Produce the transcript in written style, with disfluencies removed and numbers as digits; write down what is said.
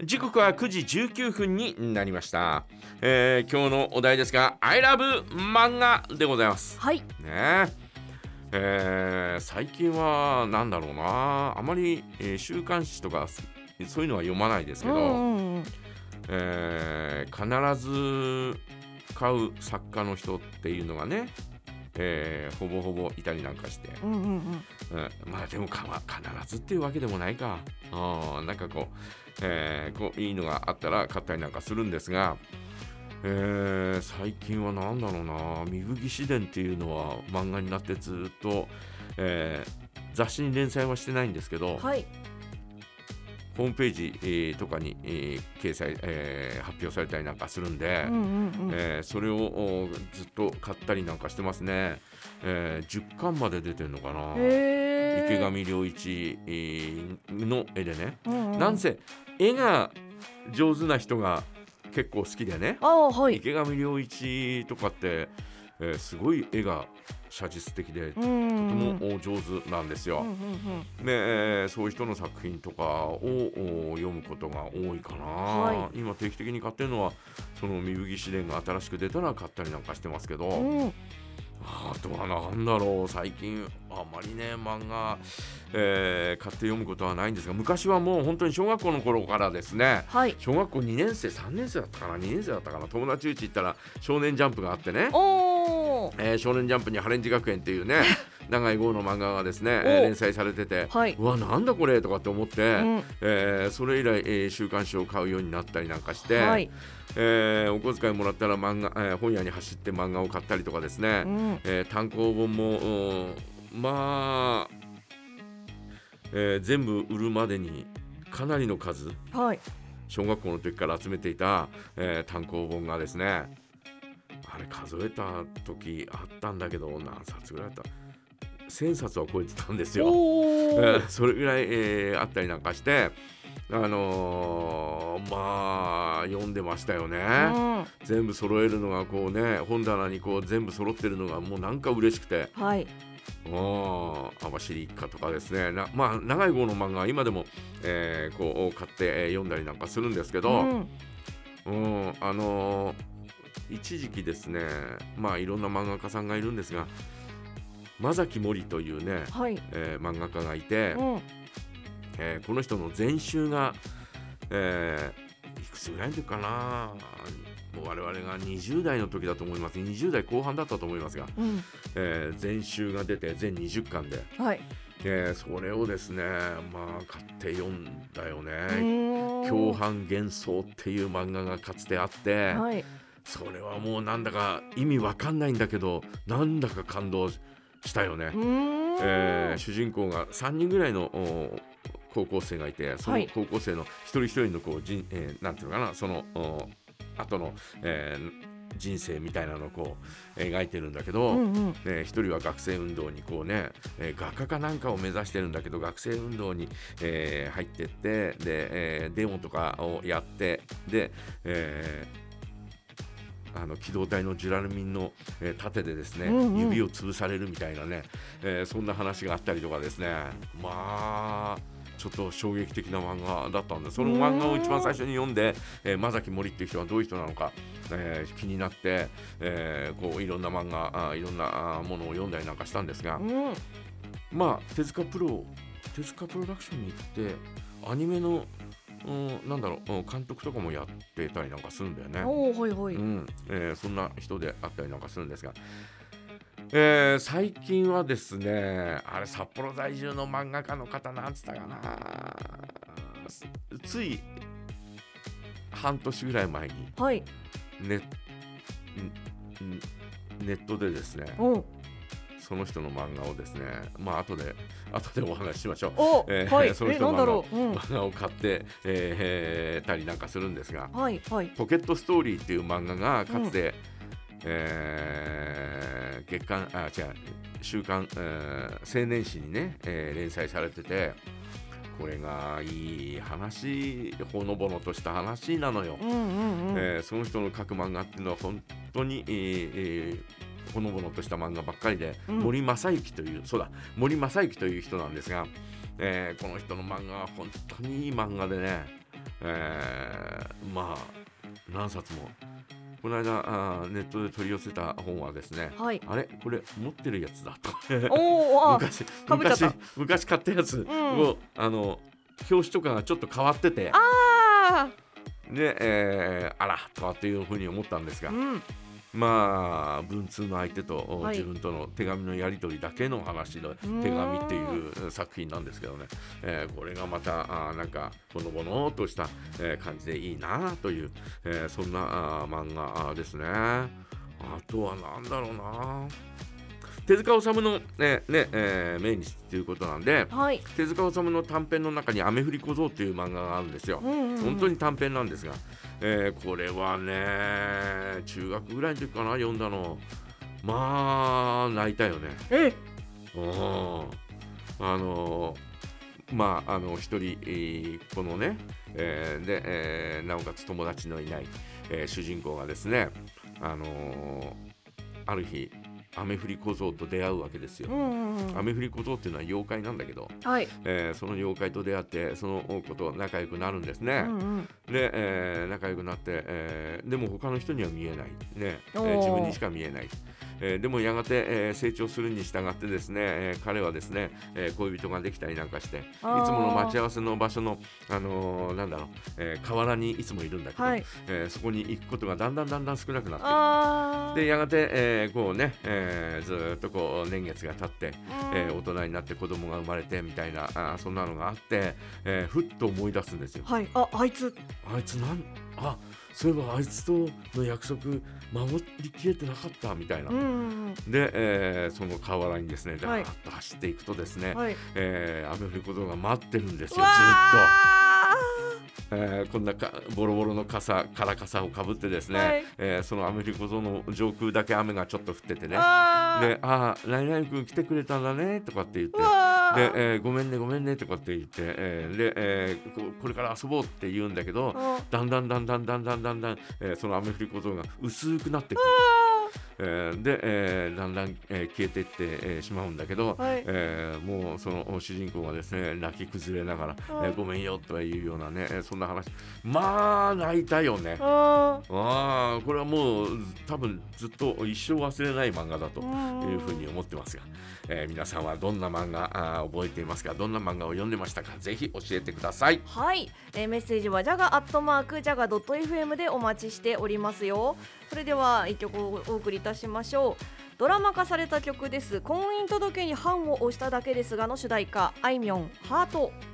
時刻は9時19分になりました。今日のお題ですが I love 漫画でございます。 はいね最近はなんだろうな、あまり、週刊誌とかそういうのは読まないですけど、必ず買う作家の人っていうのがね、ほぼほぼいたりなんかして、まあでも必ずっていうわけでもないか。なんかこういいのがあったら買ったりなんかするんですが、最近はなんだろうな、壬生義士伝っていうのは漫画になってずっと、雑誌に連載はしてないんですけど、 はいホームページ、とかに、掲載、発表されたりなんかするんで、それをずっと買ったりなんかしてますね。10巻まで出てるのかな。池上良一、の絵でね、なんせ絵が上手な人が結構好きでね、池上良一とかって、すごい絵が写実的でとても上手なんですよ。で、そういう人の作品とかを読むことが多いかな。今定期的に買ってるのはその壬生義士伝が新しく出たら買ったりなんかしてますけど、あとはなんだろう、最近あまりね漫画、買って読むことはないんですが、昔はもう本当に小学校の頃からですね、小学校2年生3年生だったかな、2年生だったかな、友達うち行ったら少年ジャンプがあってね、少年ジャンプにハレンジ学園っていうね長井豪の漫画がですね、連載されてて、うわなんだこれとかって思って、それ以来、週刊誌を買うようになったりなんかして、お小遣いもらったら漫画、本屋に走って漫画を買ったりとかですね、単行本もまあ、全部売るまでにかなりの数、小学校の時から集めていた、単行本がですね、あれ数えた時あったんだけど何冊ぐらいだった、1000冊は超えてたんですよ。それぐらい、あったりなんかして、まあ読んでましたよね。全部揃えるのがこうね、本棚にこう全部揃ってるのがもうなんか嬉しくて、網走一家とかですね、まあ長い号の漫画は今でも、こう買って、読んだりなんかするんですけど、一時期ですね、まあいろんな漫画家さんがいるんですが、間崎森というね、漫画家がいて、この人の全集が、いくつぐらいの時かな、我々が20代の時だと思います。20代後半だったと思いますが、全集が出て全20巻で、それをですね、まあ買って読んだよね。共犯幻想っていう漫画がかつてあって、それはもうなんだか意味わかんないんだけど、なんだか感動したよね。主人公が3人ぐらいの高校生がいて、その高校生の一人一人のこうなんていうのかな、その後の、人生みたいなのをこう描いてるんだけど、一人は学生運動にこうね、画家かなんかを目指してるんだけど、学生運動に、入ってって、で、デモとかをやって、で、機動隊のジュラルミンの、盾でですね、指を潰されるみたいなね、そんな話があったりとかですね、まあちょっと衝撃的な漫画だったんで、その漫画を一番最初に読んで、間崎森っていう人はどういう人なのか、気になって、こういろんな漫画、いろんなものを読んだりなんかしたんですが、まあ手塚プロダクションに行ってアニメのなんだろう、監督とかもやってたりなんかするんだよね。そんな人であったりなんかするんですが、最近はですね、あれ札幌在住の漫画家の方なんつったかな、つい半年ぐらい前に、ネットでですね、その人の漫画をですね、まあ後でお話ししましょう。その人の漫画を買って、たりなんかするんですが、ポケットストーリーっていう漫画がかつて、週刊、青年誌にね、連載されてて、これがいい話、ほのぼのとした話なのよ。その人の書く漫画っていうのは本当に、ほのぼのとした漫画ばっかりで、森正幸という人なんですが、この人の漫画は本当にいい漫画でね、 まあ何冊もこの間ネットで取り寄せた本はですね、 はい、 あれこれ持ってるやつだと昔買ったやつを、表紙とかがちょっと変わってて、で、あらとかっていうふうに思ったんですが、まあ文通の相手と自分との手紙のやり取りだけの話の手紙っていう作品なんですけどね、これがまたなんかほのぼのとした、感じでいいなという、そんな漫画ですね。あとはなんだろうな、手塚治虫の、命日ということなんで、手塚治虫の短編の中に雨降り小僧っていう漫画があるんですよ。本当に短編なんですが、これはね中学ぐらいの時かな読んだの。まあ泣いたよね。一人、このね、で、なおかつ友達のいない、主人公がですね、ある日雨降り小僧と出会うわけですよ。雨降り小僧っていうのは妖怪なんだけど、その妖怪と出会ってその子と仲良くなるんですね。で、仲良くなって、でも他の人には見えない、自分にしか見えない。でもやがて、成長するに従ってですね、彼はですね、恋人ができたりなんかして、いつもの待ち合わせの場所の、河原にいつもいるんだけど、そこに行くことがだんだん少なくなってでやがて、こうね、ずっとこう年月が経って、大人になって子供が生まれてみたいなそんなのがあって、ふっと思い出すんですよ。 あいつそういえばあいつとの約束守りきれてなかったみたいな、で、その河原にですねだーっと走っていくとですね、雨降り小僧が待ってるんですよ、ずっと。こんなボロボロの空傘をかぶってですね、その雨降り小僧の上空だけ雨がちょっと降っててね、で何々君来てくれたんだねとかって言って、で、ごめんねとかって言って、で、これから遊ぼうって言うんだけど、だんだん、その雨降り小僧が薄くなってくる。で、だんだん、消えていって、しまうんだけど、もうその主人公がですね泣き崩れながら、ごめんよというようなね、そんな話。まあ泣いたよね。これはもう多分ずっと一生忘れない漫画だというふうに思ってますが、皆さんはどんな漫画覚えていますか？どんな漫画を読んでましたか？ぜひ教えてください。 メッセージはjaga@jaga.fm でお待ちしておりますよ。それでは一曲お送りいたしましょう。ドラマ化された曲です。婚姻届に判を押しただけですがの主題歌、あいみょんハート。